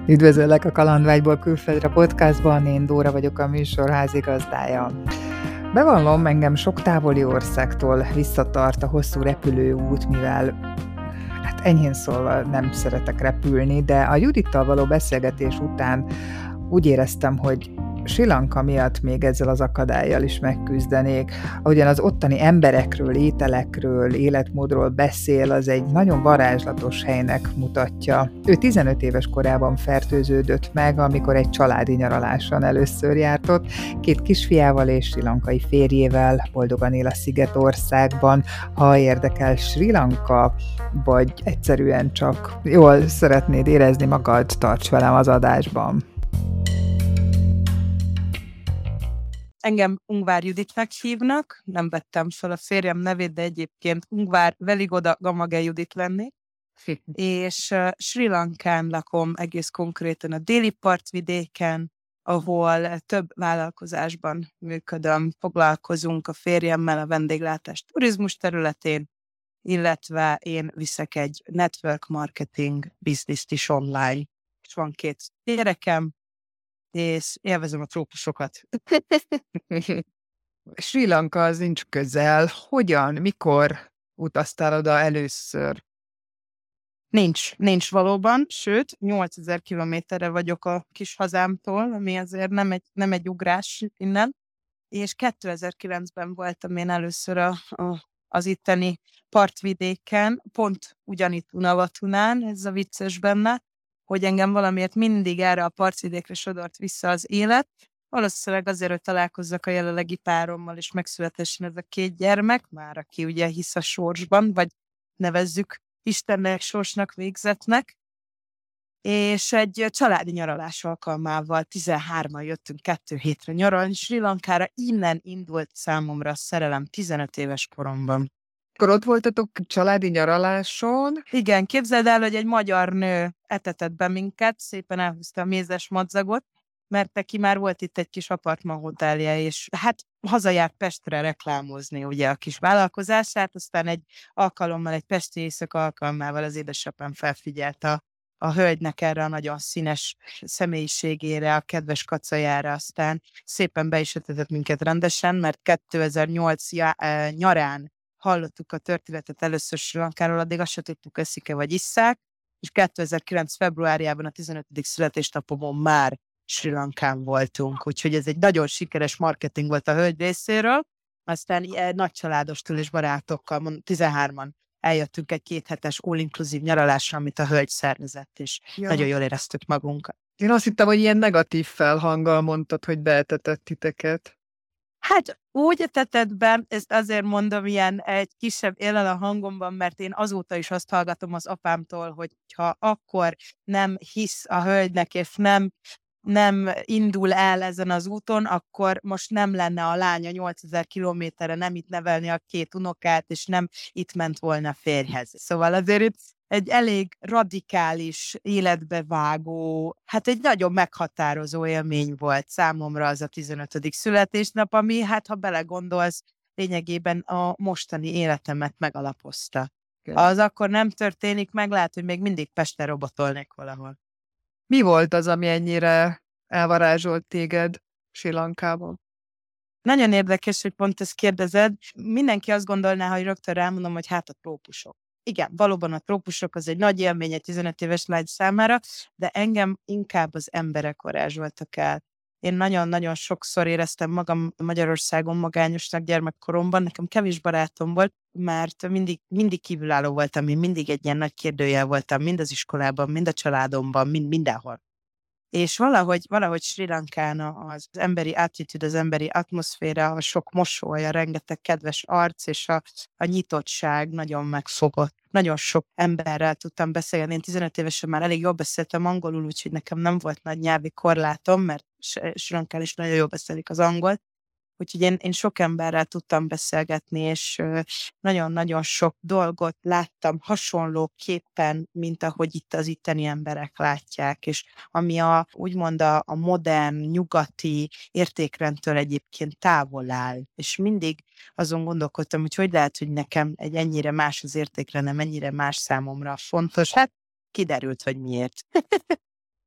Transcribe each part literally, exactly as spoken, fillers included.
Üdvözöllek a Kalandvágyból külföldre podcastban, én Dóra vagyok, a műsor házigazdája. Bevallom, engem sok távoli országtól visszatart a hosszú repülőút, mivel hát enyhén szólva nem szeretek repülni, de a Judittal való beszélgetés után úgy éreztem, hogy Srí Lanka miatt még ezzel az akadályjal is megküzdenék. Ahogyan az ottani emberekről, ételekről, életmódról beszél, az egy nagyon varázslatos helynek mutatja. Ő tizenöt éves korában fertőződött meg, amikor egy családi nyaraláson először járt ott. Két kisfiával és srí lankai férjével boldogan él a Szigetországban. Ha érdekel Srí Lanka, vagy egyszerűen csak jól szeretnéd érezni magad, tarts velem az adásban. Engem Ungvár Juditnak hívnak, nem vettem fel a férjem nevét, de egyébként Ungvár Veligoda Gamage Judit lennék, és uh, Srí Lankán lakom, egész konkrétan a déli partvidéken, ahol több vállalkozásban működöm, foglalkozunk a férjemmel a vendéglátás turizmus területén, illetve én viszek egy network marketing bizniszt is online, és van két gyerekem, és élvezem a trópusokat. Srí Lanka az nincs közel. Hogyan, mikor utaztál oda először? Nincs, nincs valóban, sőt, nyolcezer kilométerre vagyok a kis hazámtól, ami azért nem egy, nem egy ugrás innen, és kétezer-kilencben voltam én először a, a, az itteni partvidéken, pont ugyanitt Unavatunán, ez a vicces benne, hogy engem valamiért mindig erre a partvidékre sodort vissza az élet. Valószínűleg azért, hogy találkozzak a jelenlegi párommal, és megszületessen ez a két gyermek, már aki ugye hisz a sorsban, vagy nevezzük Istennek, sorsnak, végzetnek. És egy családi nyaralás alkalmával tizenhárman jöttünk kettő hétre nyaralni Srí Lankára. Innen indult számomra a szerelem tizenöt éves koromban. Akkor ott voltatok családi nyaraláson? Igen, képzeld el, hogy egy magyar nő etetett be minket, szépen elhúzta a mézes madzagot, mert neki már volt itt egy kis apartmanhotelje, és hát hazajárt Pestre reklámozni ugye a kis vállalkozását, aztán egy alkalommal, egy pesti éjszaka alkalmával az édesapám felfigyelt a, a hölgynek erre a nagyon színes személyiségére, a kedves kacajára, aztán szépen be is etetett minket rendesen, mert kétezer-nyolc já- nyarán hallottuk a történetet először Srí Lankáról, addig azt se tudtuk, eszik-e vagy isszák, és kétezer-kilenc februárjában a tizenötödik születésnapomon már Srí Lankán voltunk, úgyhogy ez egy nagyon sikeres marketing volt a hölgy részéről, aztán ilyen nagy családostól és barátokkal, tizenhárman eljöttünk egy kéthetes all-inclusive nyaralásra, amit a hölgy szervezett, és ja. Nagyon jól éreztük magunkat. Én azt hittem, hogy ilyen negatív felhanggal mondtad, hogy beetetett titeket. Hát úgy etetett be, ezt azért mondom ilyen egy kisebb élen a hangomban, mert én azóta is azt hallgatom az apámtól, hogy ha akkor nem hisz a hölgynek, és nem, nem indul el ezen az úton, akkor most nem lenne a lánya nyolcezer kilométerre, nem itt nevelni a két unokát, és nem itt ment volna férjhez. Szóval azért itt egy elég radikális, életbevágó, hát egy nagyon meghatározó élmény volt számomra az a tizenötödik születésnap, ami, hát ha belegondolsz, lényegében a mostani életemet megalapozta. Ha az akkor nem történik meg, lehet, hogy még mindig Pesten robotolnék valahol. Mi volt az, ami ennyire elvarázsolt téged Srí Lankában? Nagyon érdekes, hogy pont ezt kérdezed. Mindenki azt gondolná, hogy rögtön rámondom, hogy hát a trópusok. Igen, valóban a trópusok az egy nagy élmény egy tizenöt éves lány számára, de engem inkább az emberek varázsoltak el. Én nagyon-nagyon sokszor éreztem magam Magyarországon magányosnak gyermekkoromban, nekem kevés barátom volt, mert mindig, mindig kívülálló voltam, én mindig egy ilyen nagy kérdőjel voltam, mind az iskolában, mind a családomban, mind mindenhol. És valahogy, valahogy Srí Lankán az emberi attitude, az emberi atmoszféra, a sok mosoly, a rengeteg kedves arc és a, a nyitottság nagyon megfogott. Nagyon sok emberrel tudtam beszélni. Én tizenöt évesen már elég jól beszéltem angolul, úgyhogy nekem nem volt nagy nyelvi korlátom, mert Srí Lankán is nagyon jól beszélik az angolt. Úgyhogy én, én sok emberrel tudtam beszélgetni, és nagyon-nagyon sok dolgot láttam hasonlóképpen, mint ahogy itt az itteni emberek látják, és ami a, úgymond a, a modern, nyugati értékrendtől egyébként távol áll. És mindig azon gondolkodtam, hogy hogy lehet, hogy nekem egy ennyire más az értékrendem, ennyire más számomra fontos. Hát kiderült, hogy miért.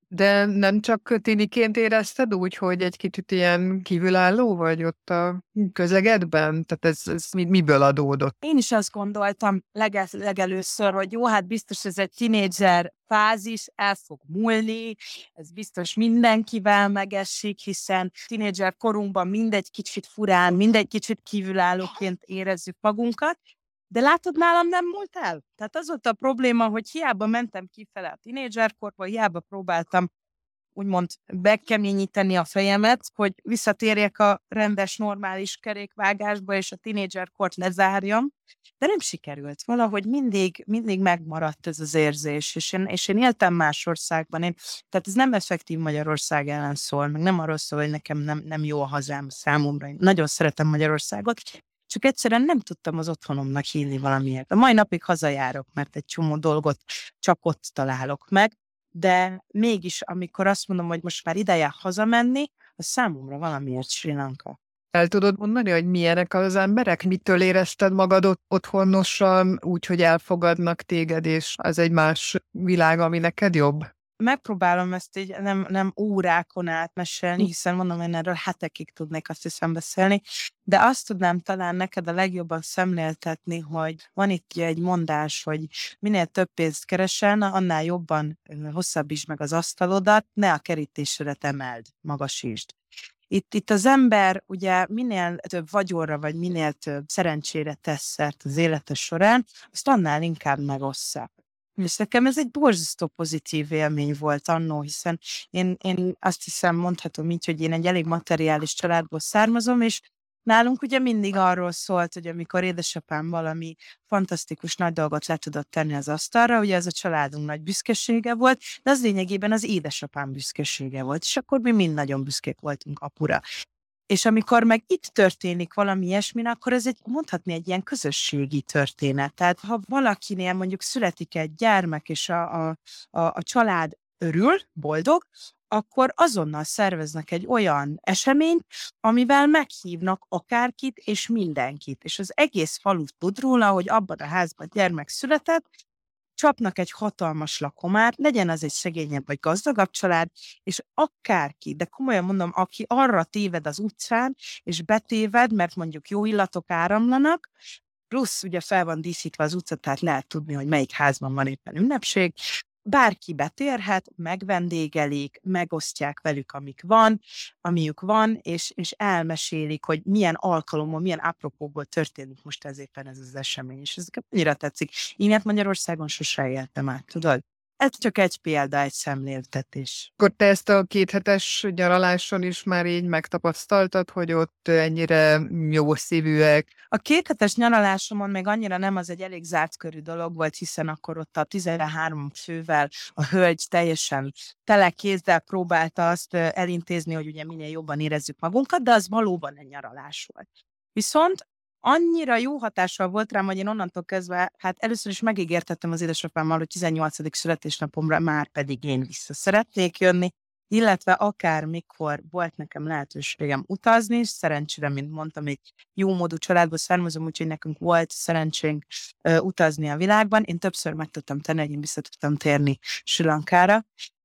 De nem csak tiniként érezted úgy, hogy egy kicsit ilyen kívülálló vagy ott a közegedben? Tehát ez, ez mi- miből adódott? Én is azt gondoltam lege- legelőször, hogy jó, hát biztos ez egy tinédzser fázis, el fog múlni, ez biztos mindenkivel megesik, hiszen tinédzser korunkban mindegy kicsit furán, mindegy kicsit kívülállóként érezzük magunkat, de látod, nálam nem múlt el. Tehát az volt a probléma, hogy hiába mentem kifele a tinédzserkorba, hiába próbáltam úgymond bekeményíteni a fejemet, hogy visszatérjek a rendes, normális kerékvágásba, és a tinédzserkort lezárjam, de nem sikerült. Valahogy mindig, mindig megmaradt ez az érzés, és én, és én éltem más országban. Én, tehát ez nem effektív Magyarország ellen szól, meg nem arról szól, hogy nekem nem, nem jó a hazám számomra. Én nagyon szeretem Magyarországot, csak egyszerűen nem tudtam az otthonomnak hívni valamiért. A mai napig hazajárok, mert egy csomó dolgot csak ott találok meg, de mégis, amikor azt mondom, hogy most már ideje hazamenni, az számomra valamiért Sri Lanka. El tudod mondani, hogy milyenek az emberek? Mitől érezted magad ott otthonosan, úgy, hogy elfogadnak téged, és az egy más világ, ami neked jobb? Megpróbálom ezt így nem, nem órákon átmesélni, hiszen mondom, én erről hetekig tudnék azt hiszem beszélni, de azt tudnám talán neked a legjobban szemléltetni, hogy van itt egy mondás, hogy minél több pénzt keresel, annál jobban hosszabbítsd meg az asztalodat, ne a kerítésedet emeld, magasítsd. Itt, itt az ember ugye minél több vagyonra, vagy minél több szerencsére tesz szert az élete során, azt annál inkább megossza. És nekem ez egy borzasztó pozitív élmény volt annó, hiszen én, én azt hiszem, mondhatom így, hogy én egy elég materiális családból származom, és nálunk ugye mindig arról szólt, hogy amikor édesapám valami fantasztikus nagy dolgot le tudott tenni az asztalra, ugye ez a családunk nagy büszkesége volt, de az lényegében az édesapám büszkesége volt, és akkor mi mind nagyon büszkék voltunk apura. És amikor meg itt történik valami ilyesmi, akkor ez egy, mondhatni egy ilyen közösségi történet. Tehát ha valakinél mondjuk születik egy gyermek, és a, a, a, a család örül, boldog, akkor azonnal szerveznek egy olyan eseményt, amivel meghívnak akárkit és mindenkit. És az egész falu tud róla, hogy abban a házban gyermek született, csapnak egy hatalmas lakomát, legyen az egy szegényebb vagy gazdagabb család, és akárki, de komolyan mondom, aki arra téved az utcán, és betéved, mert mondjuk jó illatok áramlanak, plusz ugye fel van díszítve az utca, tehát lehet tudni, hogy melyik házban van éppen ünnepség, bárki betérhet, megvendégelik, megosztják velük, amik van, amiük van, és, és elmesélik, hogy milyen alkalommal, milyen apropóból történik most ez éppen ez az esemény, és ez annyira tetszik. Én hát Magyarországon sose éltem át, tudod? Ez csak egy példa, egy szemléltetés. Akkor te ezt a kéthetes nyaraláson is már így megtapasztaltad, hogy ott ennyire jó szívűek? A kéthetes nyaralásomon még annyira nem, az egy elég zárt körű dolog volt, hiszen akkor ott a tizenhárom fővel a hölgy teljesen tele kézzel próbálta azt elintézni, hogy ugye minél jobban érezzük magunkat, de az valóban egy nyaralás volt. Viszont annyira jó hatással volt rám, hogy én onnantól kezdve, hát először is megígértettem az édesapámmal, hogy tizennyolcadik születésnapomra már pedig én vissza szeretnék jönni, illetve akár mikor volt nekem lehetőségem utazni, és szerencsére, mint mondtam, egy jó módú családból származom, úgyhogy nekünk volt szerencsénk uh, utazni a világban. Én többször meg tudtam tenni, hogy én vissza tudtam térni Sri Lankára,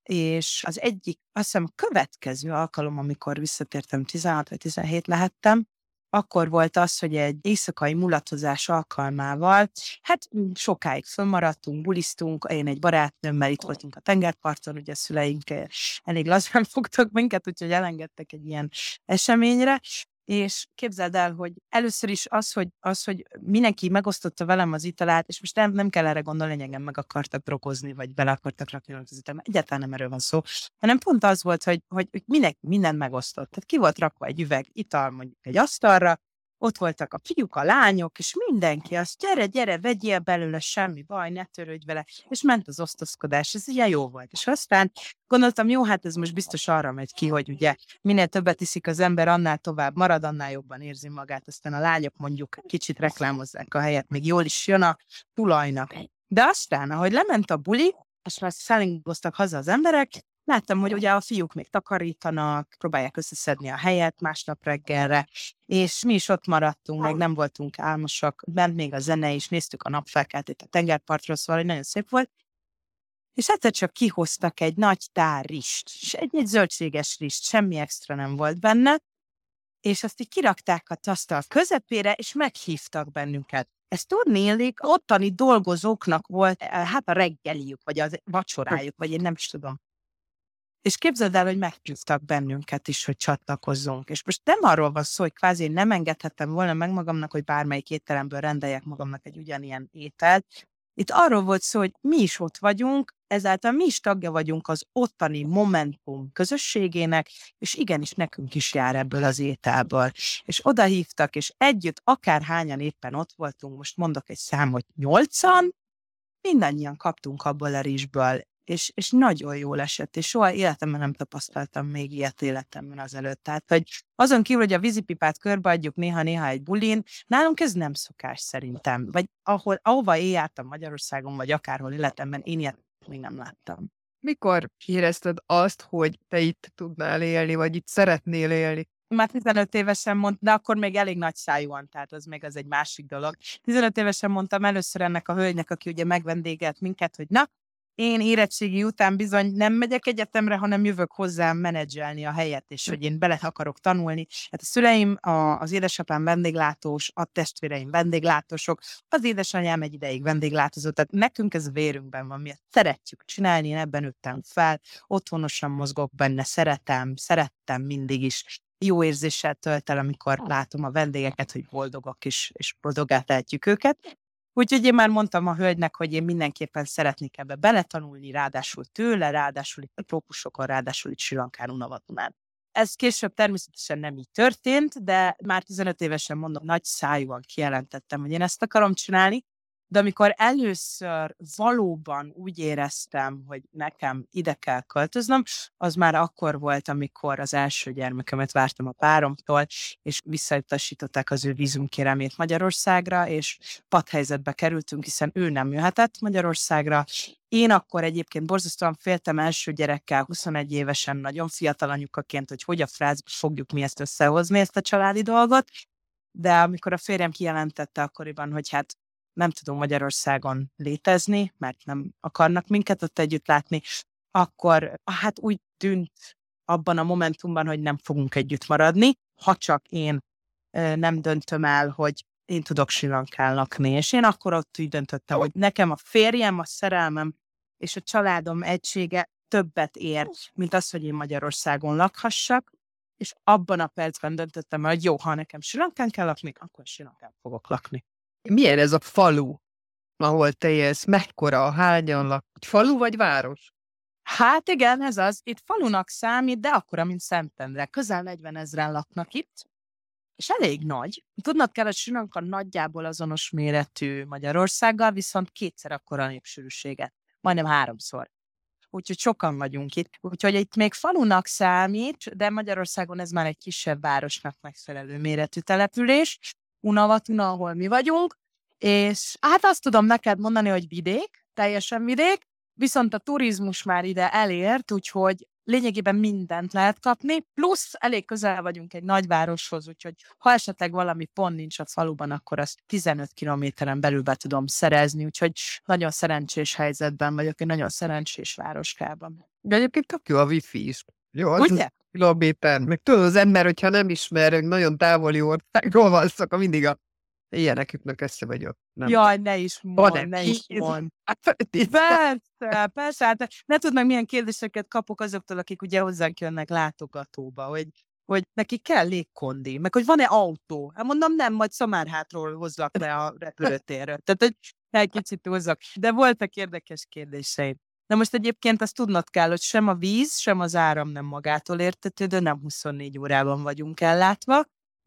és az egyik, azt hiszem a következő alkalom, amikor visszatértem, tizenhat vagy tizenhét lehettem, akkor volt az, hogy egy éjszakai mulatozás alkalmával, hát sokáig fönnmaradtunk, bulisztunk, én egy barátnőmmel itt voltunk a tengerparton, ugye a szüleink elég lazán fogtak minket, úgyhogy elengedtek egy ilyen eseményre, és képzeld el, hogy először is az, hogy, az, hogy mindenki megosztotta velem az italát, és most nem, nem kell erre gondolni, hogy engem meg akartak drogozni, vagy bele akartak rakni az italát, egyáltalán nem erről van szó, hanem pont az volt, hogy, hogy mindenki mindent megosztott. Tehát ki volt rakva egy üveg ital mondjuk egy asztalra, ott voltak a fiúk, a lányok, és mindenki azt, gyere, gyere, vegyél belőle, semmi baj, ne törődj vele, és ment az osztozkodás, ez ilyen jó volt. És aztán gondoltam, jó, hát ez most biztos arra megy ki, hogy ugye minél többet iszik az ember, annál tovább marad, annál jobban érzi magát, aztán a lányok mondjuk kicsit reklámozzák a helyet, még jól is jön a tulajnak. De aztán, ahogy lement a buli, és már szállingoztak haza az emberek, láttam, hogy ugye a fiúk még takarítanak, próbálják összeszedni a helyet másnap reggelre, és mi is ott maradtunk, meg nem voltunk álmosak, ment még a zene is, néztük a napfelkeltét a tengerpartról, szóval nagyon szép volt. és egyszer csak kihoztak egy nagy tár rist, és egy, egy zöldséges rist, semmi extra nem volt benne, és azt így kirakták a asztal közepére, és meghívtak bennünket. Ezt tudnélik, ottani dolgozóknak volt hát a reggeliük, vagy a vacsorájuk, vagy én nem is tudom. És képzeld el, hogy meghívtak bennünket is, hogy csatlakozzunk. És most nem arról van szó, hogy kvázi én nem engedhettem volna meg magamnak, hogy bármelyik étteremből rendeljek magamnak egy ugyanilyen ételt. Itt arról volt szó, hogy mi is ott vagyunk, ezáltal mi is tagja vagyunk az ottani Momentum közösségének, és igenis nekünk is jár ebből az ételből. És oda hívtak, és együtt, akárhányan éppen ott voltunk, most mondok egy számot, nyolcan, mindannyian kaptunk abból a rizsből, és, és nagyon jól esett, és soha életemben nem tapasztaltam még ilyet életemben azelőtt. Tehát, hogy azon kívül, hogy a vízipipát körbeadjuk néha-néha egy bulin, nálunk ez nem szokás szerintem. Vagy ahol, ahova én jártam Magyarországon, vagy akárhol életemben, én ilyet még nem láttam. Mikor érezted azt, hogy te itt tudnál élni, vagy itt szeretnél élni? Már tizenöt évesen mondtam, de akkor még elég nagy szájúan, tehát az még az egy másik dolog. tizenöt évesen mondtam először ennek a hölgynek, aki ugye megvendégelt minket, hogy na, én érettségi után bizony nem megyek egyetemre, hanem jövök hozzám menedzselni a helyet, és hogy én bele akarok tanulni. Hát a szüleim, a, az édesapám vendéglátós, a testvéreim vendéglátósok, az édesanyám egy ideig vendéglátozott, tehát nekünk ez vérünkben van, mi ezt szeretjük csinálni, én ebben nőttem fel, otthonosan mozgok benne, szeretem, szerettem mindig is. Jó érzéssel tölt el, amikor látom a vendégeket, hogy boldogok is, és boldoggá tehetjük őket. Úgyhogy én már mondtam a hölgynek, hogy én mindenképpen szeretnék ebbe beletanulni, ráadásul tőle, ráadásul itt a trópusokon, ráadásul itt Sri Lankán, Unawatunán. Ez később természetesen nem így történt, de már tizenöt évesen mondom, nagy szájúan kijelentettem, hogy én ezt akarom csinálni, de amikor először valóban úgy éreztem, hogy nekem ide kell költöznöm, az már akkor volt, amikor az első gyermekemet vártam a páromtól, és visszautasították az ő vízumkérelmét Magyarországra, és padhelyzetbe kerültünk, hiszen ő nem jöhetett Magyarországra. Én akkor egyébként borzasztóan féltem első gyerekkel, huszonegy évesen, nagyon fiatal anyukaként, hogy hogy a frázba fogjuk mi ezt összehozni, ezt a családi dolgot, de amikor a férjem kijelentette akkoriban, hogy hát nem tudom Magyarországon létezni, mert nem akarnak minket ott együtt látni, akkor hát úgy tűnt abban a momentumban, hogy nem fogunk együtt maradni, ha csak én nem döntöm el, hogy én tudok Sri Lankán lakni. És én akkor ott úgy döntöttem, hogy nekem a férjem, a szerelmem és a családom egysége többet ér, mint az, hogy én Magyarországon lakhassak, és abban a percben döntöttem el, hogy jó, ha nekem Sri Lankán kell lakni, akkor Sri Lankán fogok lakni. Milyen ez a falu, ahol te élsz? Mekkora, hányan lak? Falu vagy város? Hát igen, ez az. Itt falunak számít, de akkora, mint Szentendre. Közel negyvenezren laknak itt, és elég nagy. Tudnod kell, hogy Sri Lanka nagyjából azonos méretű Magyarországgal, viszont kétszer akkora népsűrűséget. Majdnem háromszor. Úgyhogy sokan vagyunk itt. Úgyhogy itt még falunak számít, de Magyarországon ez már egy kisebb városnak megfelelő méretű település. Unawatuna, ahol mi vagyunk, és hát azt tudom neked mondani, hogy vidék, teljesen vidék, viszont a turizmus már ide elért, úgyhogy lényegében mindent lehet kapni, plusz elég közel vagyunk egy nagyvároshoz, úgyhogy ha esetleg valami pont nincs a faluban, akkor azt tizenöt kilométeren belül be tudom szerezni, úgyhogy nagyon szerencsés helyzetben vagyok, egy nagyon szerencsés városkában. De egyébként tök jó a wifi is. Jó, az ugye? Kilométer. Meg tudod, az ember, hogyha nem ismer, nagyon távoli országról van szó, akkor mindig a ilyenek jutnak eszebe, vagy ott. Nem. Jaj, ne is mondd, Van-e? ne is mondd. Persze, Persze, persze, hát ne tudd meg, milyen kérdéseket kapok azoktól, akik ugye hozzánk jönnek látogatóba, hogy, hogy neki kell légkondi, meg hogy van-e autó. Hát mondom, nem, majd Szamárhátról hozzak le a repülőtérről. Tehát, hogy egy kicsit hozzak. De voltak érdekes kérdéseim. Na most egyébként azt tudnod kell, hogy sem a víz, sem az áram nem magától értetődő, nem huszonnégy órában vagyunk ellátva,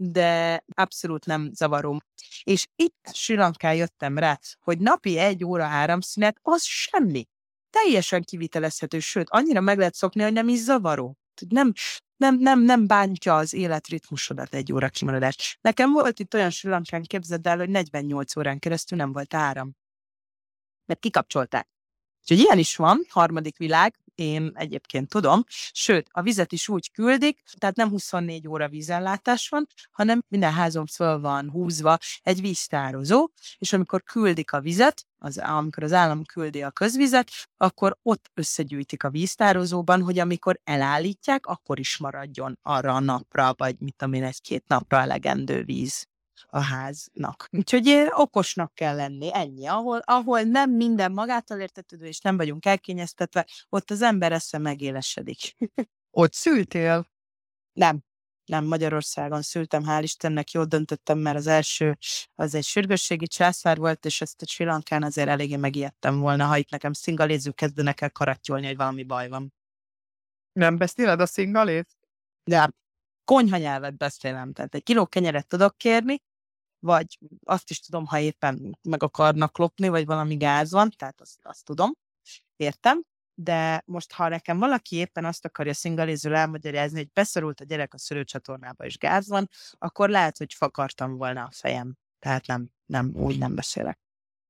de abszolút nem zavaró. És itt Sri Lankán jöttem rá, hogy napi egy óra áramszünet, az semmi. Teljesen kivitelezhető, sőt, annyira meg lehet szokni, hogy nem is zavaró. Nem, nem, nem, nem bántja az életritmusodat egy óra kimaradás. Nekem volt itt olyan Sri Lankán, képzeld el, hogy negyvennyolc órán keresztül nem volt áram. Mert kikapcsolták. Úgyhogy ilyen is van, harmadik világ, én egyébként tudom, sőt, a vizet is úgy küldik, tehát nem huszonnégy óra vízellátás van, hanem minden házon föl van húzva egy víztározó, és amikor küldik a vizet, az, amikor az állam küldi a közvizet, akkor ott összegyűjtik a víztározóban, hogy amikor elállítják, akkor is maradjon arra a napra, vagy mit tudom én, egy-két napra elegendő víz a háznak. Úgyhogy okosnak kell lenni, ennyi. Ahol, ahol nem minden magától értetődő, és nem vagyunk elkényeztetve, ott az ember esze megélesedik. Ott szültél? Nem. Nem, Magyarországon szültem, hál' Istennek jól döntöttem, mert az első az egy sürgősségi császár volt, és ezt a Sri Lankán azért eléggé megijedtem volna, ha itt nekem szingalézők kezdenek el karattyolni, hogy valami baj van. Nem beszéled a szingalét? De konyhanyelvet beszélem, tehát egy kiló kenyeret tudok kérni, vagy azt is tudom, ha éppen meg akarnak lopni, vagy valami gáz van, tehát azt, azt tudom, értem, de most, ha nekem valaki éppen azt akarja szingalézül elmagyarázni, hogy beszorult a gyerek a szülőcsatornába, és gáz van, akkor lehet, hogy fakartam volna a fejem. Tehát nem, nem, úgy nem beszélek.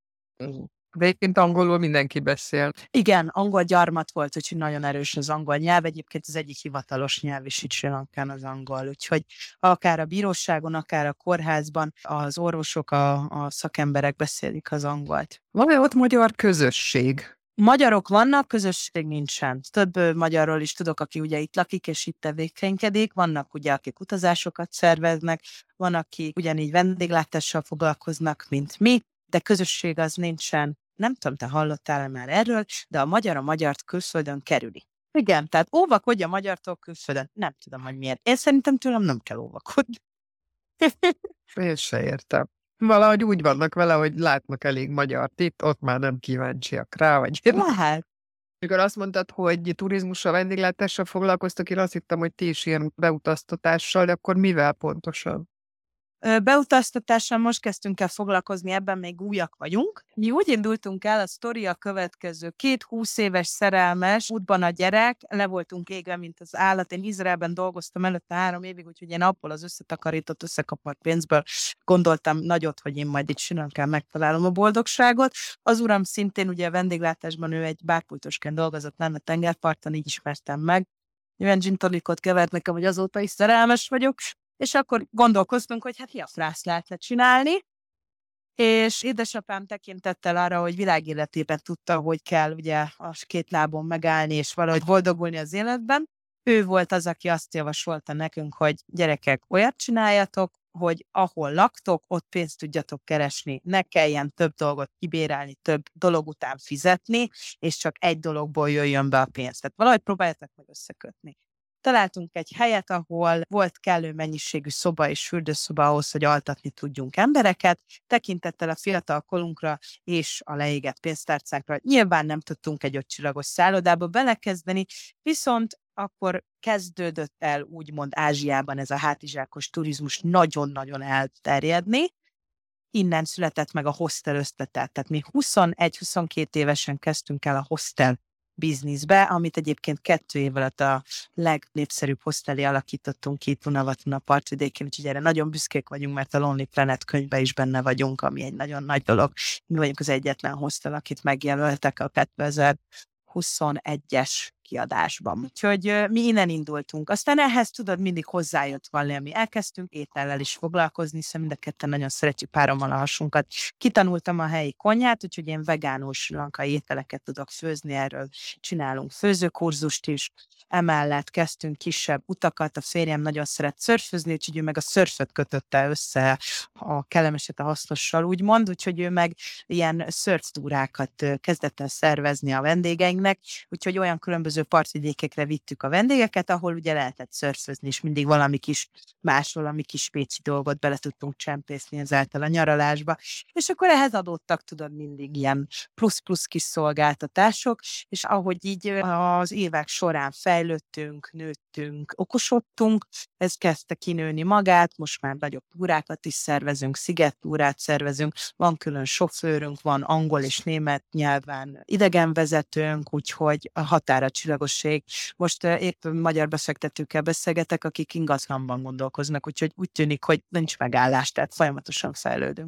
De egyébként angolul mindenki beszél. Igen, angol gyarmat volt, úgyhogy nagyon erős az angol nyelv. Egyébként az egyik hivatalos nyelv is itt Sri Lankán az angol. Úgyhogy akár a bíróságon, akár a kórházban az orvosok, a, a szakemberek beszélik az angolt. Van-e ott magyar közösség? Magyarok vannak, közösség nincsen. Több magyarról is tudok, aki ugye itt lakik és itt tevékenykedik. Vannak ugye, akik utazásokat szerveznek, van, akik ugyanígy vendéglátással foglalkoznak, mint mi, de közösség az nincsen. Nem tudom, te hallottál már erről, de a magyar a magyart külföldön kerüli. Igen, tehát óvakodj a magyartól külföldön. Nem tudom, hogy miért. Én szerintem tőlem nem kell óvakodni. Én se értem. Valahogy úgy vannak vele, hogy látnak elég magyart itt, ott már nem kíváncsiak rá, vagy... Lehet. Mikor azt mondtad, hogy turizmussal, vendéglátással foglalkoztak, én azt hittem, hogy ti is ilyen beutaztatással, de akkor mivel pontosan? Beutaztatással most kezdtünk el foglalkozni, ebben még újak vagyunk. Mi úgy indultunk el, a sztori a következő. Két húsz éves szerelmes, útban a gyerek, le voltunk égve, mint az állat. Én Izraelben dolgoztam előtte három évig, úgyhogy én abból az összetakarított, összekapott pénzből gondoltam nagyot, hogy én majd itt Sri Lankán megtalálom a boldogságot. Az uram szintén ugye a vendéglátásban, ő egy bárpultosként dolgozott lenne a tengerparton, így ismertem meg. Olyan gin tonicot kevert nekem, hogy azóta is szerelmes vagyok. És akkor gondolkoztunk, hogy hát mi a frász lehetne csinálni, és édesapám tekintettel arra, hogy világéletében tudta, hogy kell ugye a két lábon megállni, és valahogy boldogulni az életben. Ő volt az, aki azt javasolta nekünk, hogy gyerekek, olyat csináljatok, hogy ahol laktok, ott pénzt tudjatok keresni, ne kelljen több dolgot kibérelni, több dolog után fizetni, és csak egy dologból jöjjön be a pénz. Tehát valahogy próbáljátok meg összekötni. Találtunk egy helyet, ahol volt kellő mennyiségű szoba és fürdőszoba ahhoz, hogy altatni tudjunk embereket, tekintettel a fiatal korunkra és a leégett pénztárcákra. Nyilván nem tudtunk egy ötcsillagos szállodába belekezdeni, viszont akkor kezdődött el úgymond Ázsiában ez a hátizsákos turizmus nagyon-nagyon elterjedni. Innen született meg a hostel ötlete. Tehát mi huszonegy-huszonkét évesen kezdtünk el a hostel bizniszbe, amit egyébként kettő év alatt a legnépszerűbb hostelé alakítottunk ki Tunavaton a partvidékén, úgyhogy erre nagyon büszkék vagyunk, mert a Lonely Planet könyvben is benne vagyunk, ami egy nagyon nagy dolog. Mi vagyunk az egyetlen hostel, akit megjelöltek a kétezer-huszonegyes kiadásban. Úgyhogy mi innen indultunk. Aztán ehhez tudod, mindig hozzájött valami. Elkezdtünk étellel is foglalkozni, hiszen mind a ketten nagyon szeretjük párommal a hasunkat. Kitanultam a helyi konyhát, úgyhogy én vegánus sri lankai ételeket tudok főzni, erről csinálunk főzőkurzust is. Emellett kezdtünk kisebb utakat, a férjem nagyon szeret szörfözni, úgyhogy ő meg a szörföt kötötte össze a kellemeset a hasznossal, úgymond, úgyhogy ő meg ilyen szörftúrákat kezdett el szervezni a vendégeinknek, úgyhogy olyan különböző partvidékekre vittük a vendégeket, ahol ugye lehetett szörfözni, és mindig valami kis más, valami kis pécsi dolgot bele tudtunk csempészni ezáltal a nyaralásba. És akkor ehhez adódtak, tudod, mindig ilyen plusz-plusz kis szolgáltatások, és ahogy így az évek során fejlődtünk, nőttünk, okosodtunk, ez kezdte kinőni magát, most már nagyobb túrákat is szervezünk, szigettúrát szervezünk, van külön sofőrünk, van angol és német nyelven idegenvezetőnk, úgyhogy a határa csillagosség. Most uh, épp magyar befektetőkkel beszélgetek, akik ingatlanban gondolkoznak, úgyhogy úgy tűnik, hogy nincs megállás, tehát folyamatosan fejlődünk.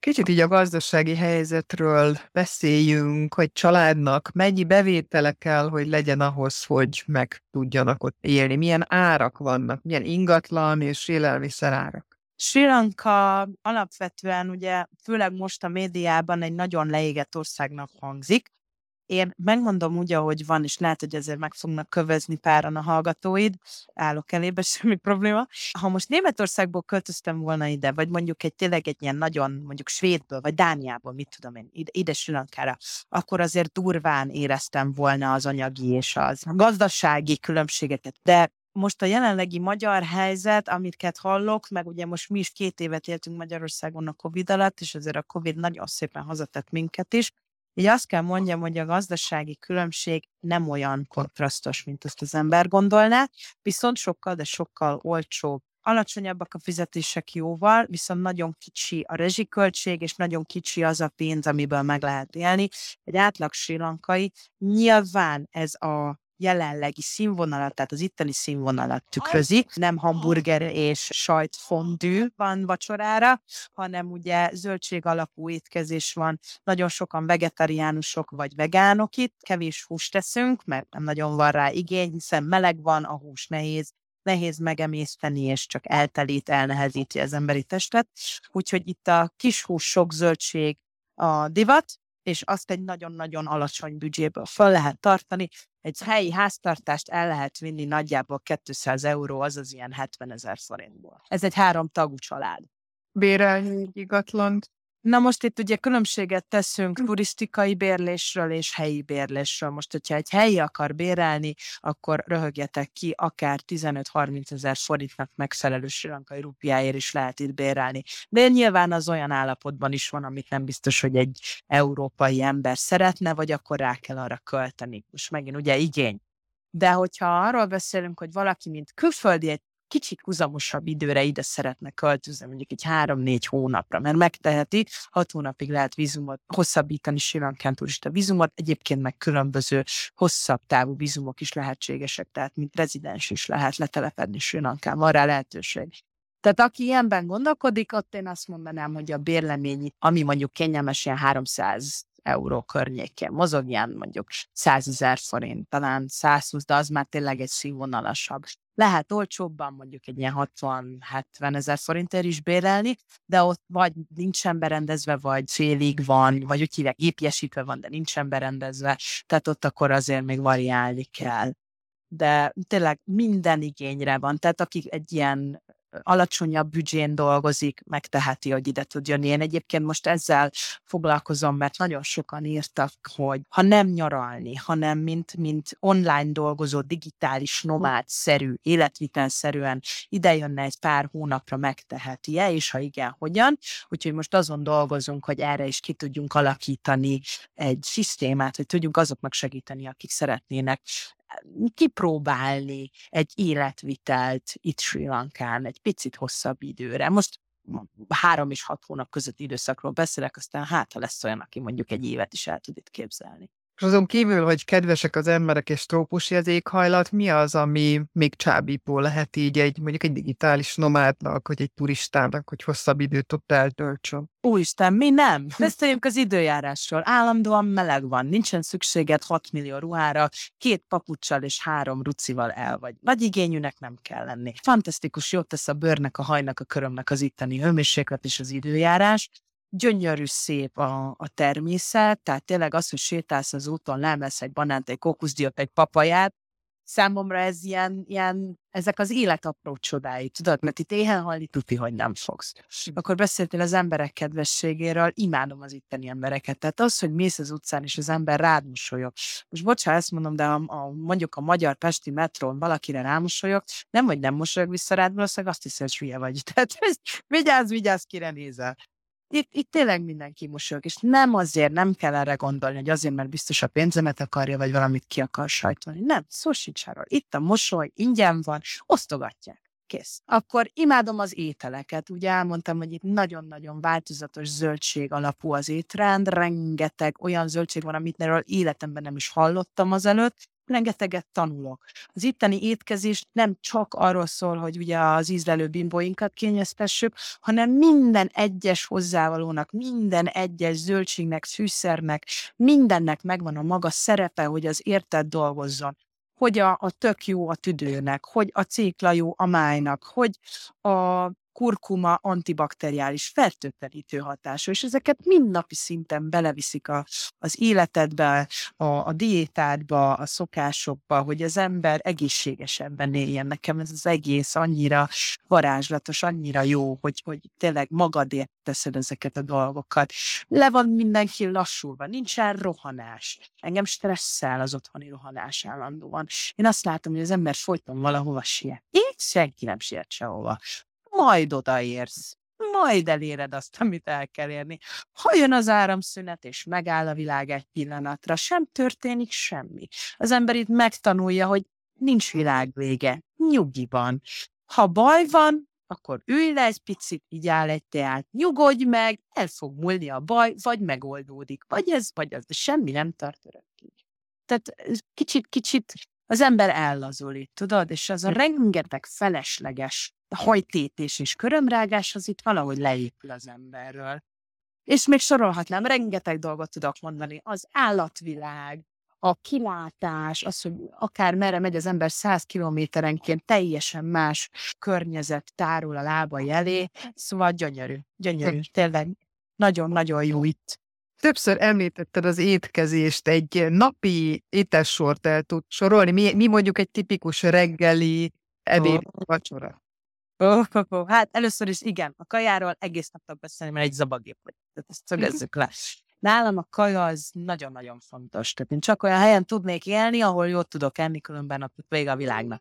Kicsit így a gazdasági helyzetről beszéljünk, hogy családnak mennyi bevétele kell, hogy legyen ahhoz, hogy meg tudjanak ott élni. Milyen árak vannak, milyen ingatlan és élelmiszer árak. Srí Lanka alapvetően ugye, főleg most a médiában egy nagyon leégett országnak hangzik. Én megmondom úgy, ahogy van, és lehet, hogy ezért meg fognak kövezni páran a hallgatóid, állok elébe, semmi probléma. Ha most Németországból költöztem volna ide, vagy mondjuk egy tényleg egy ilyen nagyon, mondjuk Svédből, vagy Dániából, mit tudom én, ide, ide Srí Lankára, akkor azért durván éreztem volna az anyagi és az gazdasági különbségeket. De most a jelenlegi magyar helyzet, amiket hallok, meg ugye most mi is két évet éltünk Magyarországon a Covid alatt, és azért a Covid nagyon szépen hazatett minket is. Így azt kell mondjam, hogy a gazdasági különbség nem olyan kontrasztos, mint azt az ember gondolná, viszont sokkal, de sokkal olcsóbb. Alacsonyabbak a fizetések jóval, viszont nagyon kicsi a rezsiköltség, és nagyon kicsi az a pénz, amiből meg lehet élni. Egy átlag srí lankai, nyilván ez a jelenlegi színvonalat, tehát az itteni színvonalat tükrözi, nem hamburger és sajtfondű van vacsorára, hanem ugye zöldség alapú étkezés van, nagyon sokan vegetariánusok vagy vegánok itt, kevés húst teszünk, mert nem nagyon van rá igény, hiszen meleg van, a hús nehéz, nehéz megemészteni, és csak eltelít, elnehezíti az emberi testet. Úgyhogy itt a kis hús, sok zöldség a divat, és azt egy nagyon-nagyon alacsony büdzséből fel lehet tartani. Egy helyi háztartást el lehet vinni nagyjából kétszáz euró, azaz ilyen hetvenezer forintból. Ez egy három tagú család. Bérelni egy ingatlant? Na most itt ugye különbséget teszünk turisztikai bérlésről és helyi bérlésről. Most, hogyha egy helyi akar bérelni, akkor röhögjetek ki, akár tizenöt-harminc ezer forintnak megfelelő srí lankai rupiáért is lehet itt bérelni. De nyilván az olyan állapotban is van, amit nem biztos, hogy egy európai ember szeretne, vagy akkor rá kell arra költeni. Most megint ugye igény. De hogyha arról beszélünk, hogy valaki, mint külföldi, egy kicsit húzamosabb időre ide szeretne költözni, mondjuk egy három-négy hónapra, mert megteheti, hat hónapig lehet vízumot hosszabbítani Srí Lankán turista vízumot, egyébként meg különböző hosszabb távú vízumok is lehetségesek, tehát mint rezidens is lehet letelepedni Srí Lankán, van rá lehetőség. Tehát aki ilyenben gondolkodik, ott én azt mondanám, hogy a bérlemény, ami mondjuk kényelmes, ilyen háromszáz euró környékén mozog, ilyen mondjuk százezer forint, talán százhúsz, de az már tényleg egy színvonalasabb. Lehet olcsóbban mondjuk egy ilyen hatvan-hetven ezer forintért is bérelni, de ott vagy nincsen berendezve, vagy félig van, vagy úgy hívják, gépjesítve van, de nincsen berendezve, tehát ott akkor azért még variálni kell. De tényleg minden igényre van, tehát aki egy ilyen alacsonyabb büdzsén dolgozik, megteheti, hogy ide tud jönni. Én egyébként most ezzel foglalkozom, mert nagyon sokan írtak, hogy ha nem nyaralni, hanem mint, mint online dolgozó, digitális nomád-szerű, életvitelszerűen ide jönne egy pár hónapra, megteheti-e, és ha igen, hogyan. Úgyhogy most azon dolgozunk, hogy erre is ki tudjunk alakítani egy szisztémát, hogy tudjunk azoknak segíteni, akik szeretnének kipróbálni egy életvitelt itt Srí Lankán egy picit hosszabb időre. Most három és hat hónap közötti időszakról beszélek, aztán hát, ha lesz olyan, aki mondjuk egy évet is el tud itt képzelni. És azon kívül, hogy kedvesek az emberek és trópusi az éghajlat, mi az, ami még csábító lehet így egy, mondjuk egy digitális nomádnak, vagy egy turistának, hogy hosszabb időt ott eltöltsön? Úristen, mi nem? Beszéljünk az időjárásról. Állandóan meleg van, nincsen szükséged hat millió ruhára, két papuccsal és három rucival el vagy. Nagy igényűnek nem kell lenni. Fantasztikus, jót tesz a bőrnek, a hajnak, a körömnek az itteni hőmérséklet és az időjárás. Gyönyörű szép a, a természet, tehát tényleg az, hogy sétálsz az úton, lemelsz egy banánt, egy kókuszdiót, egy papaját, számomra ez ilyen, ilyen, ezek az élet apró csodái, tudod, mert itt éhen halni tuti, hogy nem fogsz. Akkor beszéltél az emberek kedvességéről, imádom az itteni embereket, tehát az, hogy mész az utcán, és az ember rád mosolyog. Most bocsánat, ezt mondom, de a, a, mondjuk a magyar pesti metrón valakire rámosolyog, nem, hogy nem mosolyog vissza rád, valószínűleg azt hiszi, hogy hülye vagy. Tehát vigyázz, vigyázz, kire nézel. Itt, itt tényleg mindenki mosolyog, és nem azért, nem kell erre gondolni, hogy azért, mert biztos a pénzemet akarja, vagy valamit ki akar sajtolni. Nem, szó sincs arról. Itt a mosoly, ingyen van, osztogatják. Kész. Akkor imádom az ételeket. Ugye elmondtam, hogy itt nagyon-nagyon változatos zöldség alapú az étrend, rengeteg olyan zöldség van, amit erről életemben nem is hallottam azelőtt, rengeteget tanulok. Az itteni étkezés nem csak arról szól, hogy ugye az ízlelő bimbóinkat kényeztessük, hanem minden egyes hozzávalónak, minden egyes zöldségnek, fűszernek, mindennek megvan a maga szerepe, hogy az érted dolgozzon. Hogy a, a tök jó a tüdőnek, hogy a cékla jó a májnak, hogy a kurkuma antibakteriális fertőtlenítő hatású, és ezeket mindnapi szinten beleviszik a, az életedbe, a, a diétádba, a szokásokba, hogy az ember egészségesebben éljen. Nekem ez az egész annyira varázslatos, annyira jó, hogy, hogy tényleg magadért teszed ezeket a dolgokat. Le van mindenki lassulva, nincsen rohanás. Engem stresszel az otthoni rohanás állandóan. Én azt látom, hogy az ember folyton valahova siet. Így senki nem siet sehova. Majd odaérsz, majd eléred azt, amit el kell érni. Ha jön az áramszünet, és megáll a világ egy pillanatra, sem történik semmi. Az ember itt megtanulja, hogy nincs világvége, nyugiban. Ha baj van, akkor ülj le egy picit, igyál egy teát, nyugodj meg, el fog múlni a baj, vagy megoldódik. Vagy ez, vagy az, de semmi nem tart örökké. Tehát kicsit-kicsit az ember ellazulít, tudod? És az a rengeteg felesleges hajtétés és körömrágás, az itt valahogy leépül az emberről. És még sorolhatnám, rengeteg dolgot tudok mondani. Az állatvilág, a kilátás, az, hogy akár merre megy az ember száz kilométerenként, teljesen más környezet tárul a lábai elé, szóval gyönyörű, gyönyörű, tényleg nagyon-nagyon jó itt. Többször említetted az étkezést, egy napi étessort el tud sorolni. Mi, mi mondjuk egy tipikus reggeli, ebéd, oh. vacsora? Oh, oh, oh. Hát először is igen, a kajáról egész nap tudok beszélni, mert egy zabagép vagy. Tehát ezt szögezzük le. Nálam a kaja az nagyon-nagyon fontos. Tehát én csak olyan helyen tudnék élni, ahol jól tudok enni, különben a vége a világnak.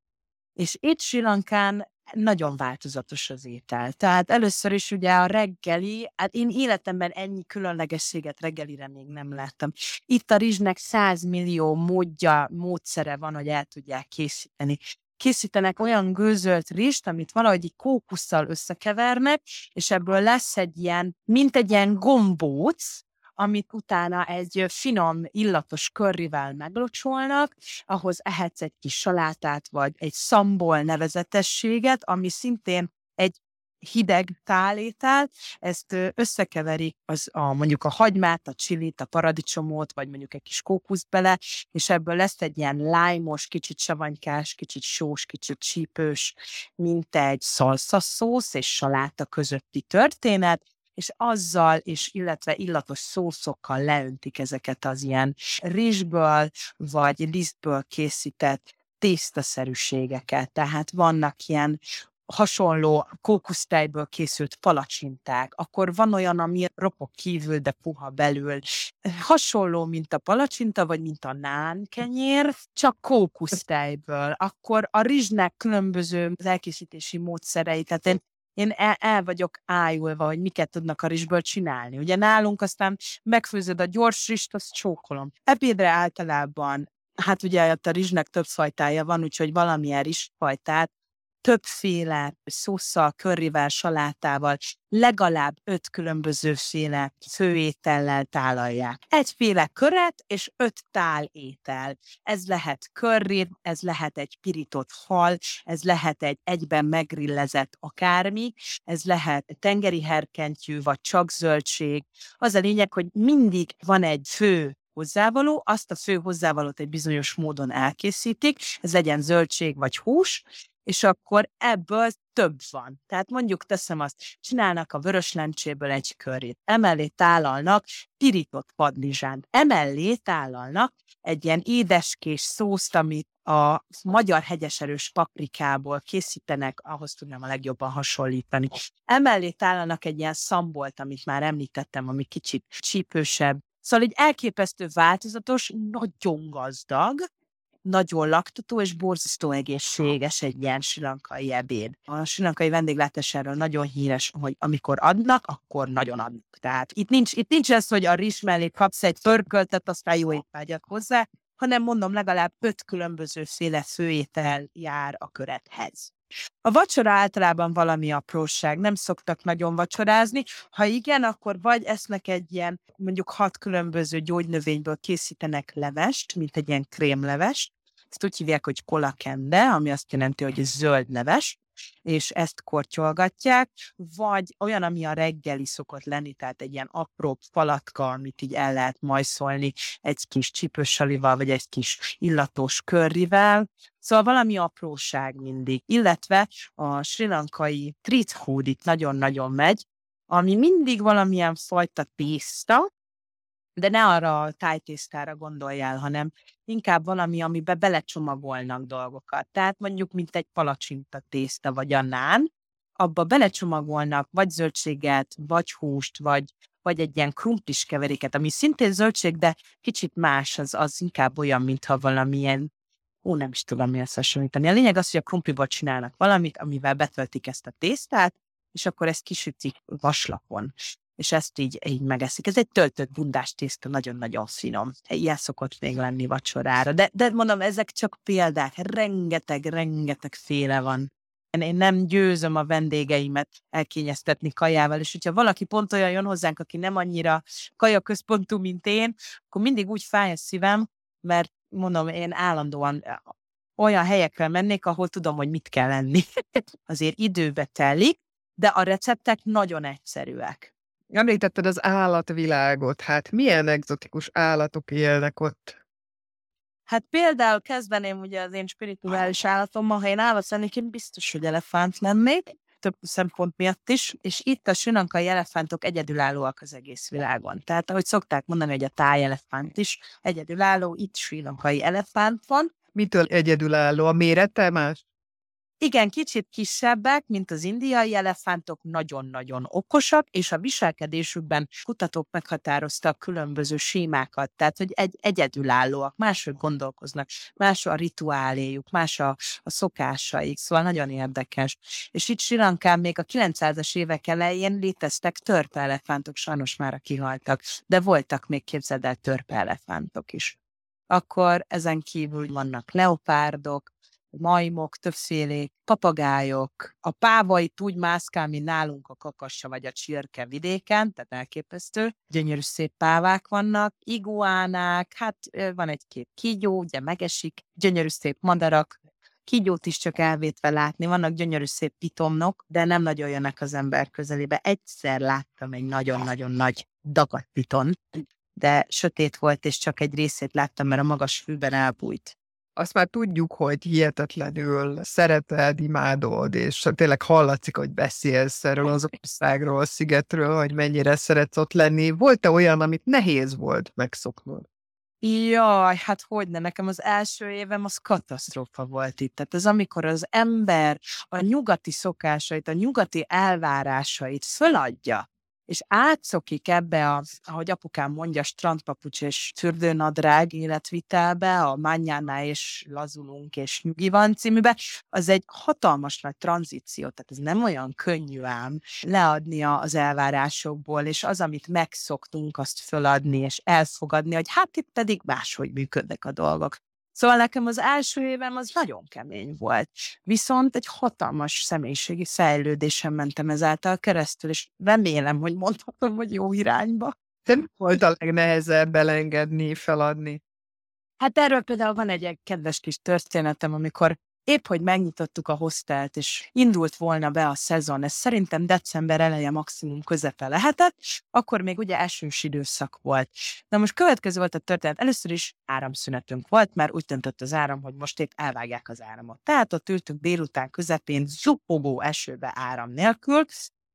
És itt Srí Lankán nagyon változatos az étel. Tehát először is ugye a reggeli, hát én életemben ennyi különlegességet reggelire még nem láttam. Itt a rizsnek száz millió módja, módszere van, hogy el tudják készíteni. Készítenek olyan gőzölt rizst, amit valahogy így kókusszal összekevernek, és ebből lesz egy ilyen, mint egy ilyen gombóc, amit utána egy finom, illatos curryvel meglocsolnak, ahhoz ehetsz egy kis salátát, vagy egy szambol nevezetességet, ami szintén egy hideg tálétel, ezt összekeverik az a, mondjuk a hagymát, a csilit, a paradicsomot, vagy mondjuk egy kis kókusz bele, és ebből lesz egy ilyen lájmos, kicsit savanykás, kicsit sós, kicsit csípős, mint egy szalsza szósz és saláta közötti történet, és azzal, és illetve illatos szószokkal leöntik ezeket az ilyen rizsből, vagy lisztből készített tésztaszerűségeket. Tehát vannak ilyen hasonló kókusztejből készült palacsinták, akkor van olyan, ami ropog kívül, de puha belül. Hasonló, mint a palacsinta, vagy mint a nánkenyér, csak kókusztejből. Akkor a rizsnek különböző elkészítési módszerei, tehát én Én el, el vagyok ájulva, hogy miket tudnak a rizsből csinálni. Ugye nálunk aztán megfőzöd a gyors rizst, azt csókolom. Ebédre általában, hát ugye a rizsnek több fajtája van, úgyhogy valamilyen rizsfajtát többféle szósszal, curryvel, salátával, legalább öt különbözőféle főétellel tálalják. Egyféle köret és öt tál étel. Ez lehet curry, ez lehet egy pirított hal, ez lehet egy egyben megrillezett akármi, ez lehet tengeri herkentyű, vagy csak zöldség. Az a lényeg, hogy mindig van egy fő hozzávaló, azt a fő hozzávalót egy bizonyos módon elkészítik, ez legyen zöldség vagy hús, és akkor ebből több van. Tehát mondjuk teszem azt, csinálnak a vörös lencséből egy curryt, emellé tálalnak pirított padlizsánt, emellé tálalnak egy ilyen édeskés szószt, amit a magyar hegyeserős paprikából készítenek, ahhoz tudnám a legjobban hasonlítani. Emellé tálalnak egy ilyen szambolt, amit már említettem, ami kicsit csípősebb. Szóval egy elképesztő változatos, nagyon gazdag, nagyon laktató és borzasztó egészséges egy ilyen srí lankai ebéd. A srí lankai vendéglátás erről nagyon híres, hogy amikor adnak, akkor nagyon adnak. Tehát itt nincs, itt nincs ez, hogy a rizs mellé kapsz egy pörköltet, aztán jó étvágyat hozzá, hanem mondom, legalább öt különbözőféle főétel jár a körethez. A vacsora általában valami apróság, nem szoktak nagyon vacsorázni. Ha igen, akkor vagy esznek egy ilyen, mondjuk hat különböző gyógynövényből készítenek levest, mint egy ilyen krémlevest. Ezt úgy hívják, hogy kolakende, ami azt jelenti, hogy zöld leves, és ezt kortyolgatják, vagy olyan, ami a reggeli szokott lenni, tehát egy ilyen apró palatka, amit így el lehet majszolni egy kis csípőssalival, vagy egy kis illatos curryvel. Szóval valami apróság mindig. Illetve a sri lankai trithood itt nagyon-nagyon megy, ami mindig valamilyen fajta tészta, de ne arra a tájtésztára gondoljál, hanem inkább valami, amiben belecsomagolnak dolgokat. Tehát mondjuk, mint egy palacsinta tészta, vagy a nán, abba belecsomagolnak vagy zöldséget, vagy húst, vagy, vagy egy ilyen krumplis keveréket, ami szintén zöldség, de kicsit más, az, az inkább olyan, mintha valamilyen, ó, nem is tudom, mihez hasonlítani. A lényeg az, hogy a krumpliból csinálnak valamit, amivel betöltik ezt a tésztát, és akkor ezt kisütik vaslapon. És ezt így, így megeszik. Ez egy töltött bundás tészta, nagyon-nagyon finom. Ilyen szokott még lenni vacsorára. De, de mondom, ezek csak példák. Rengeteg, rengeteg féle van. Én nem győzöm a vendégeimet elkényeztetni kajával, és hogyha valaki pont olyan jön hozzánk, aki nem annyira kajaközpontú, mint én, akkor mindig úgy fáj a szívem, mert mondom, én állandóan olyan helyekre mennék, ahol tudom, hogy mit kell enni. Azért időbe telik, de a receptek nagyon egyszerűek. Említetted az állatvilágot, hát milyen egzotikus állatok élnek ott? Hát például kezdeném ugye az én spirituális állatommal, ha én állat lennék, én biztos, hogy elefánt lennék, több szempont miatt is, és itt a sri lankai elefántok egyedülállóak az egész világon. Tehát ahogy szokták mondani, hogy a tájelefánt is egyedülálló, itt sri lankai elefánt van. Mitől egyedülálló? A mérete más? Igen, kicsit kisebbek, mint az indiai elefántok, nagyon-nagyon okosak, és a viselkedésükben kutatók meghatároztak különböző sémákat, tehát, hogy egy, egyedülállóak, máshogy gondolkoznak, más a rituáléjuk, más a, a szokásaik, szóval nagyon érdekes. És itt Sri Lankán még a kilencszázas évek elején léteztek törpeelefántok, sajnos már kihaltak, de voltak még, képzeld el, törpeelefántok is. Akkor ezen kívül vannak leopárdok, majmok, többfélék, papagájok, a páva itt úgy mászkál, mint nálunk a kakassa vagy a csirke vidéken, tehát elképesztő. Gyönyörű szép pávák vannak, iguánák, hát van egy-két kígyó, ugye megesik, gyönyörű szép madarak, kígyót is csak elvétve látni, vannak gyönyörű szép pitomnok, de nem nagyon jönnek az ember közelébe. Egyszer láttam egy nagyon-nagyon nagy dagat piton, de sötét volt, és csak egy részét láttam, mert a magas fűben elbújt. Azt már tudjuk, hogy hihetetlenül szereted, imádod, és tényleg hallatszik, hogy beszélsz erről az országról, a szigetről, hogy mennyire szeretsz ott lenni. Volt-e olyan, amit nehéz volt megszoknod? Jaj, hát hogyne, nekem az első évem az katasztrófa volt itt. Tehát az, amikor az ember a nyugati szokásait, a nyugati elvárásait föladja, és átszokik ebbe, a, ahogy apukám mondja, strandpapucs és fürdőnadrág életvitelbe, a Mannyánál és lazulunk és nyugi van címűbe, az egy hatalmas nagy tranzíció, tehát ez nem olyan könnyű ám leadnia az elvárásokból, és az, amit megszoktunk, azt föladni és elfogadni, hogy hát itt pedig máshogy működnek a dolgok. Szóval nekem az első évem az nagyon kemény volt. Viszont egy hatalmas személyiségi fejlődésen mentem ezáltal keresztül, és remélem, hogy mondhatom, hogy jó irányba. De mi volt a legnehezebb elengedni, feladni? Hát erről például van egy kedves kis történetem, amikor épp, hogy megnyitottuk a hostelt, és indult volna be a szezon, ez szerintem december eleje, maximum közepe lehetett, akkor még ugye esős időszak volt. Na most következő volt a történet, először is áramszünetünk volt, mert úgy döntött az áram, hogy most épp elvágják az áramot. Tehát ott ültünk délután közepén, zupogó esőbe áram nélkül,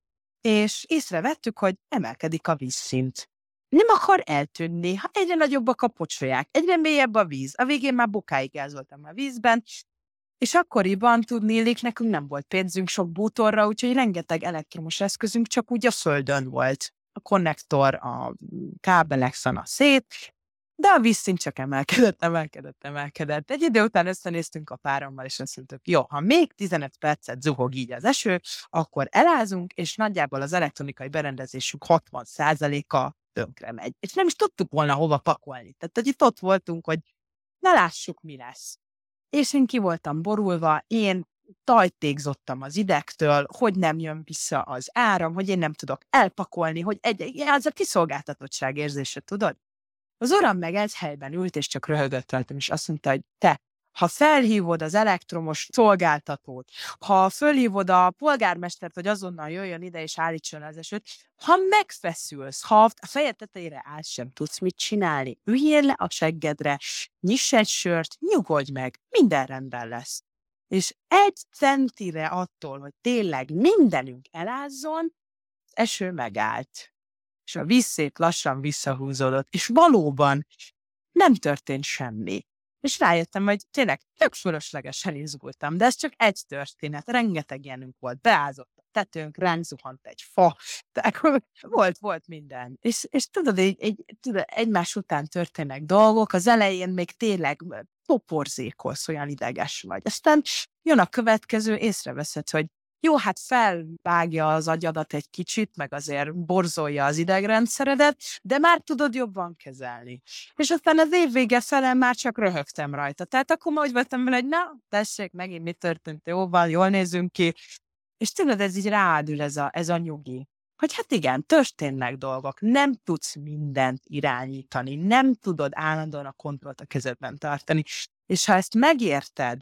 és észrevettük, hogy emelkedik a vízszint. Nem akar eltűnni, ha egyre nagyobbak a pocsolyák, egyre mélyebb a víz, a végén már bokáig elzoltam a vízben, és akkoriban tudnélik, nekünk nem volt pénzünk sok bútorra, úgyhogy rengeteg elektromos eszközünk csak úgy a földön volt. A konnektor, a kábelek szana szét, de a vízszint csak emelkedett, emelkedett, emelkedett. Egy idő után összenéztünk a párommal, és azt mondtuk, jó, ha még tizenöt percet zuhog így az eső, akkor elázunk, és nagyjából az elektronikai berendezésünk hatvan százaléka tönkre megy. És nem is tudtuk volna hova pakolni. Tehát, hogy itt ott voltunk, hogy na lássuk, mi lesz. És én ki voltam borulva, én tajtékzottam az idegtől, hogy nem jön vissza az áram, hogy én nem tudok elpakolni, hogy egy, ez a kiszolgáltatottság érzése, tudod? Az uram meg egy helyben ült, és csak röhögött rajtam, és azt mondta, hogy te, ha felhívod az elektromos szolgáltatót, ha fölhívod a polgármestert, hogy azonnal jöjjön ide és állítson az esőt, ha megfeszülsz, ha a fejed tetejére állsz, sem tudsz mit csinálni, üljél le a seggedre, nyiss egy sört, nyugodj meg, minden rendben lesz. És egy centire attól, hogy tényleg mindenünk elázzon, az eső megállt. És a vízszép lassan visszahúzódott, és valóban nem történt semmi. És rájöttem, hogy tényleg tök fölöslegesen izgultam, de ez csak egy történet, rengeteg ilyenünk volt, beázott a tetőnk, ránk zuhant egy fa, tehát volt, volt minden. És, és tudod, egy, egy, tudod, egymás után történnek dolgok, az elején még tényleg toporzékolsz, olyan ideges vagy. Aztán jön a következő, észreveszed, hogy jó, hát felvágja az agyadat egy kicsit, meg azért borzolja az idegrendszeredet, de már tudod jobban kezelni. És aztán az év vége fele már csak röhögtem rajta. Tehát akkor ma úgy voltam vele, hogy na, tessék, megint mi történt, jó van, jól nézünk ki. És tudod, ez így ráadül ez a, ez a nyugi. Hogy hát igen, történnek dolgok, nem tudsz mindent irányítani, nem tudod állandóan a kontrollt a kezedben tartani. És ha ezt megérted,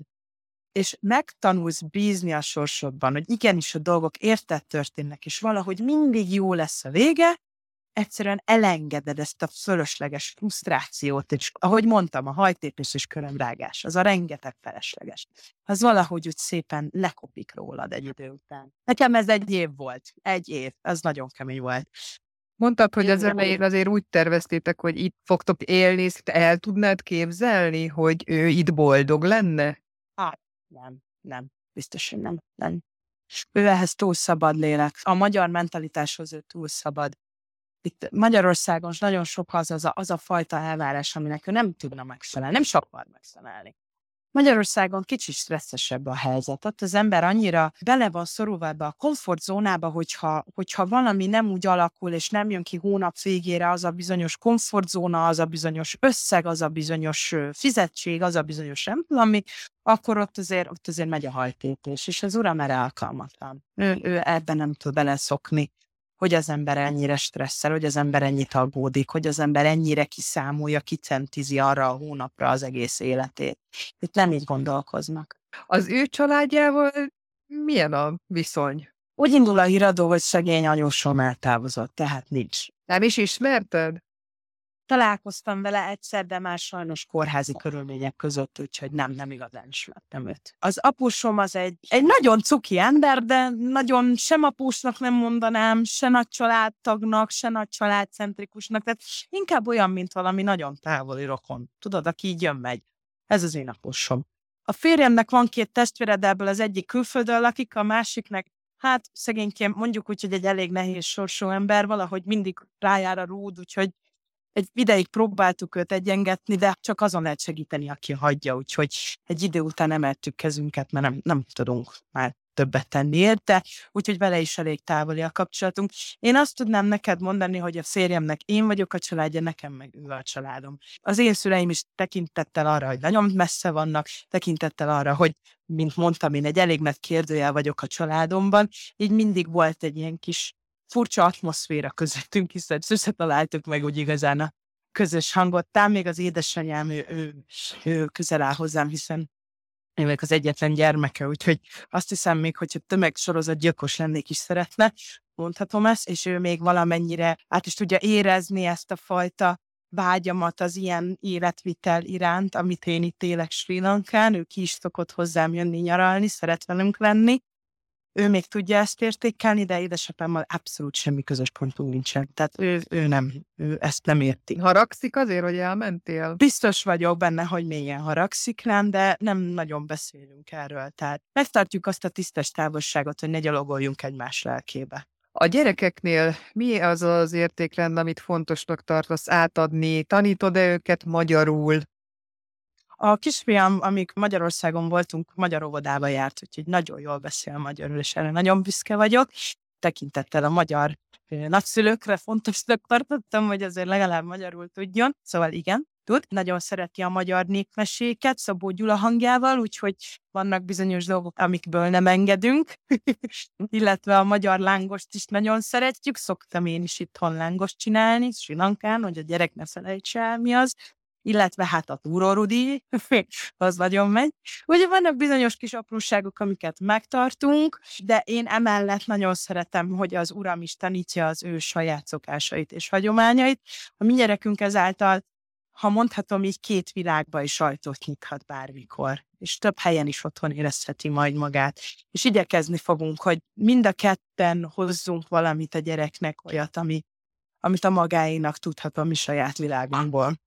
és megtanulsz bízni a sorsodban, hogy igenis a dolgok érted történnek, és valahogy mindig jó lesz a vége, egyszerűen elengeded ezt a fölösleges frusztrációt, és ahogy mondtam, a hajtépés és körömrágás, az a rengeteg felesleges. Az valahogy úgy szépen lekopik rólad egy idő után. Nekem ez egy év volt. Egy év. Ez nagyon kemény volt. Mondtad, hogy az elején azért úgy terveztétek, hogy itt fogtok élni, és el tudnád képzelni, hogy ő itt boldog lenne? Hát, nem, nem. Biztos, hogy nem. nem. Ő ehhez túl szabad lélek. A magyar mentalitáshoz ő túl szabad. Itt Magyarországon nagyon sok az, az, a, az a fajta elvárás, aminek ő nem tudna megfelelni, nem sok akar megfelelni. Magyarországon kicsit stresszesebb a helyzet. Ott az ember annyira bele van szorulva ebbe a komfortzónába, hogyha, hogyha valami nem úgy alakul, és nem jön ki hónap végére az a bizonyos komfortzóna, az a bizonyos összeg, az a bizonyos fizetség, az a bizonyos nem tudom mi, akkor ott azért, ott azért megy a hajtépés, és az uram erre alkalmatlan. Ő, ő ebben nem tud beleszokni, hogy az ember ennyire stresszel, hogy az ember ennyit aggódik, hogy az ember ennyire kiszámolja, kicentizi arra a hónapra az egész életét. Itt nem így gondolkoznak. Az ő családjával milyen a viszony? Úgy indul a híradó, hogy szegény anyósom eltávozott, tehát nincs. Nem is ismerted? Találkoztam vele egyszer, de már sajnos kórházi körülmények között, úgyhogy nem, nem igazán ismertem őt. Az apusom az egy, egy nagyon cuki ember, de nagyon sem apusnak nem mondanám, se nagy családtagnak, se nagy családcentrikusnak, tehát inkább olyan, mint valami nagyon távoli rokon. Tudod, aki így jön-megy. Ez az én apusom. A férjemnek van két testvére, de ebből az egyik külföldön lakik, a másiknek hát szegénykém mondjuk úgy, hogy egy elég nehéz sorsú ember, valahogy mindig rájár a rúd, úgyhogy egy ideig próbáltuk őt egyengetni, de csak azon lehet segíteni, aki hagyja, úgyhogy egy idő után emeltük kezünket, mert nem, nem tudunk már többet tenni érte, úgyhogy vele is elég távoli a kapcsolatunk. Én azt tudnám neked mondani, hogy a férjemnek én vagyok a családja, nekem meg ő a családom. Az én szüleim is tekintettel arra, hogy nagyon messze vannak, tekintettel arra, hogy, mint mondtam, én egy elég nagy kérdőjel vagyok a családomban, így mindig volt egy ilyen kis furcsa atmoszféra közöttünk, hiszen sose találtuk meg úgy igazán a közös hangot. Tám még az édesanyám, ő, ő, ő közel áll hozzám, hiszen én vagyok az egyetlen gyermeke, úgyhogy azt hiszem még, hogyha tömegsorozat gyilkos lennék is szeretne, mondhatom ezt, és ő még valamennyire át is tudja érezni ezt a fajta vágyamat az ilyen életvitel iránt, amit én itt élek Srí Lankán, ő ki is szokott hozzám jönni nyaralni, szeret velünk lenni. Ő még tudja ezt értékelni, de édesapámmal abszolút semmi közös pontunk nincsen. Tehát ő, ő nem, ő ezt nem érti. Haragszik azért, hogy elmentél? Biztos vagyok benne, hogy mélyen haragszik rám, de nem nagyon beszélünk erről. Tehát megtartjuk azt a tisztes távolságot, hogy ne gyalogoljunk egymás lelkébe. A gyerekeknél mi az az értékrend, amit fontosnak tartasz átadni? Tanítod-e őket magyarul? A kisfiam, amíg Magyarországon voltunk, magyar óvodába járt, úgyhogy nagyon jól beszél magyarul, és erre nagyon büszke vagyok. Tekintettel a magyar nagyszülőkre fontosnak tartottam, hogy azért legalább magyarul tudjon. Szóval igen, tud. Nagyon szereti a magyar népmeséket Szabó Gyula hangjával, úgyhogy vannak bizonyos dolgok, amikből nem engedünk. Illetve a magyar lángost is nagyon szeretjük. Szoktam én is itthon lángost csinálni, Sri Lankán, hogy a gyerek ne felejtse el, mi az. Illetve hát a túrórudi, az nagyon megy. Ugye vannak bizonyos kis apróságok, amiket megtartunk, de én emellett nagyon szeretem, hogy az Uram is tanítja az ő saját szokásait és hagyományait. A mi gyerekünk ezáltal, ha mondhatom így, két világba is ajtót nyithat bármikor, és több helyen is otthon érezheti majd magát. És igyekezni fogunk, hogy mind a ketten hozzunk valamit a gyereknek, olyat, ami, amit a magáénak tudhat a mi saját világunkból.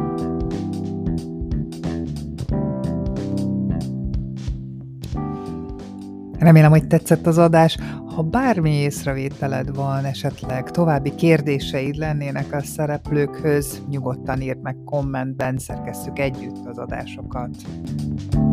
Remélem, hogy tetszett az adás. Ha bármi észrevételed van, esetleg további kérdéseid lennének a szereplőkhöz, nyugodtan írd meg kommentben, szerkesszük együtt az adásokat.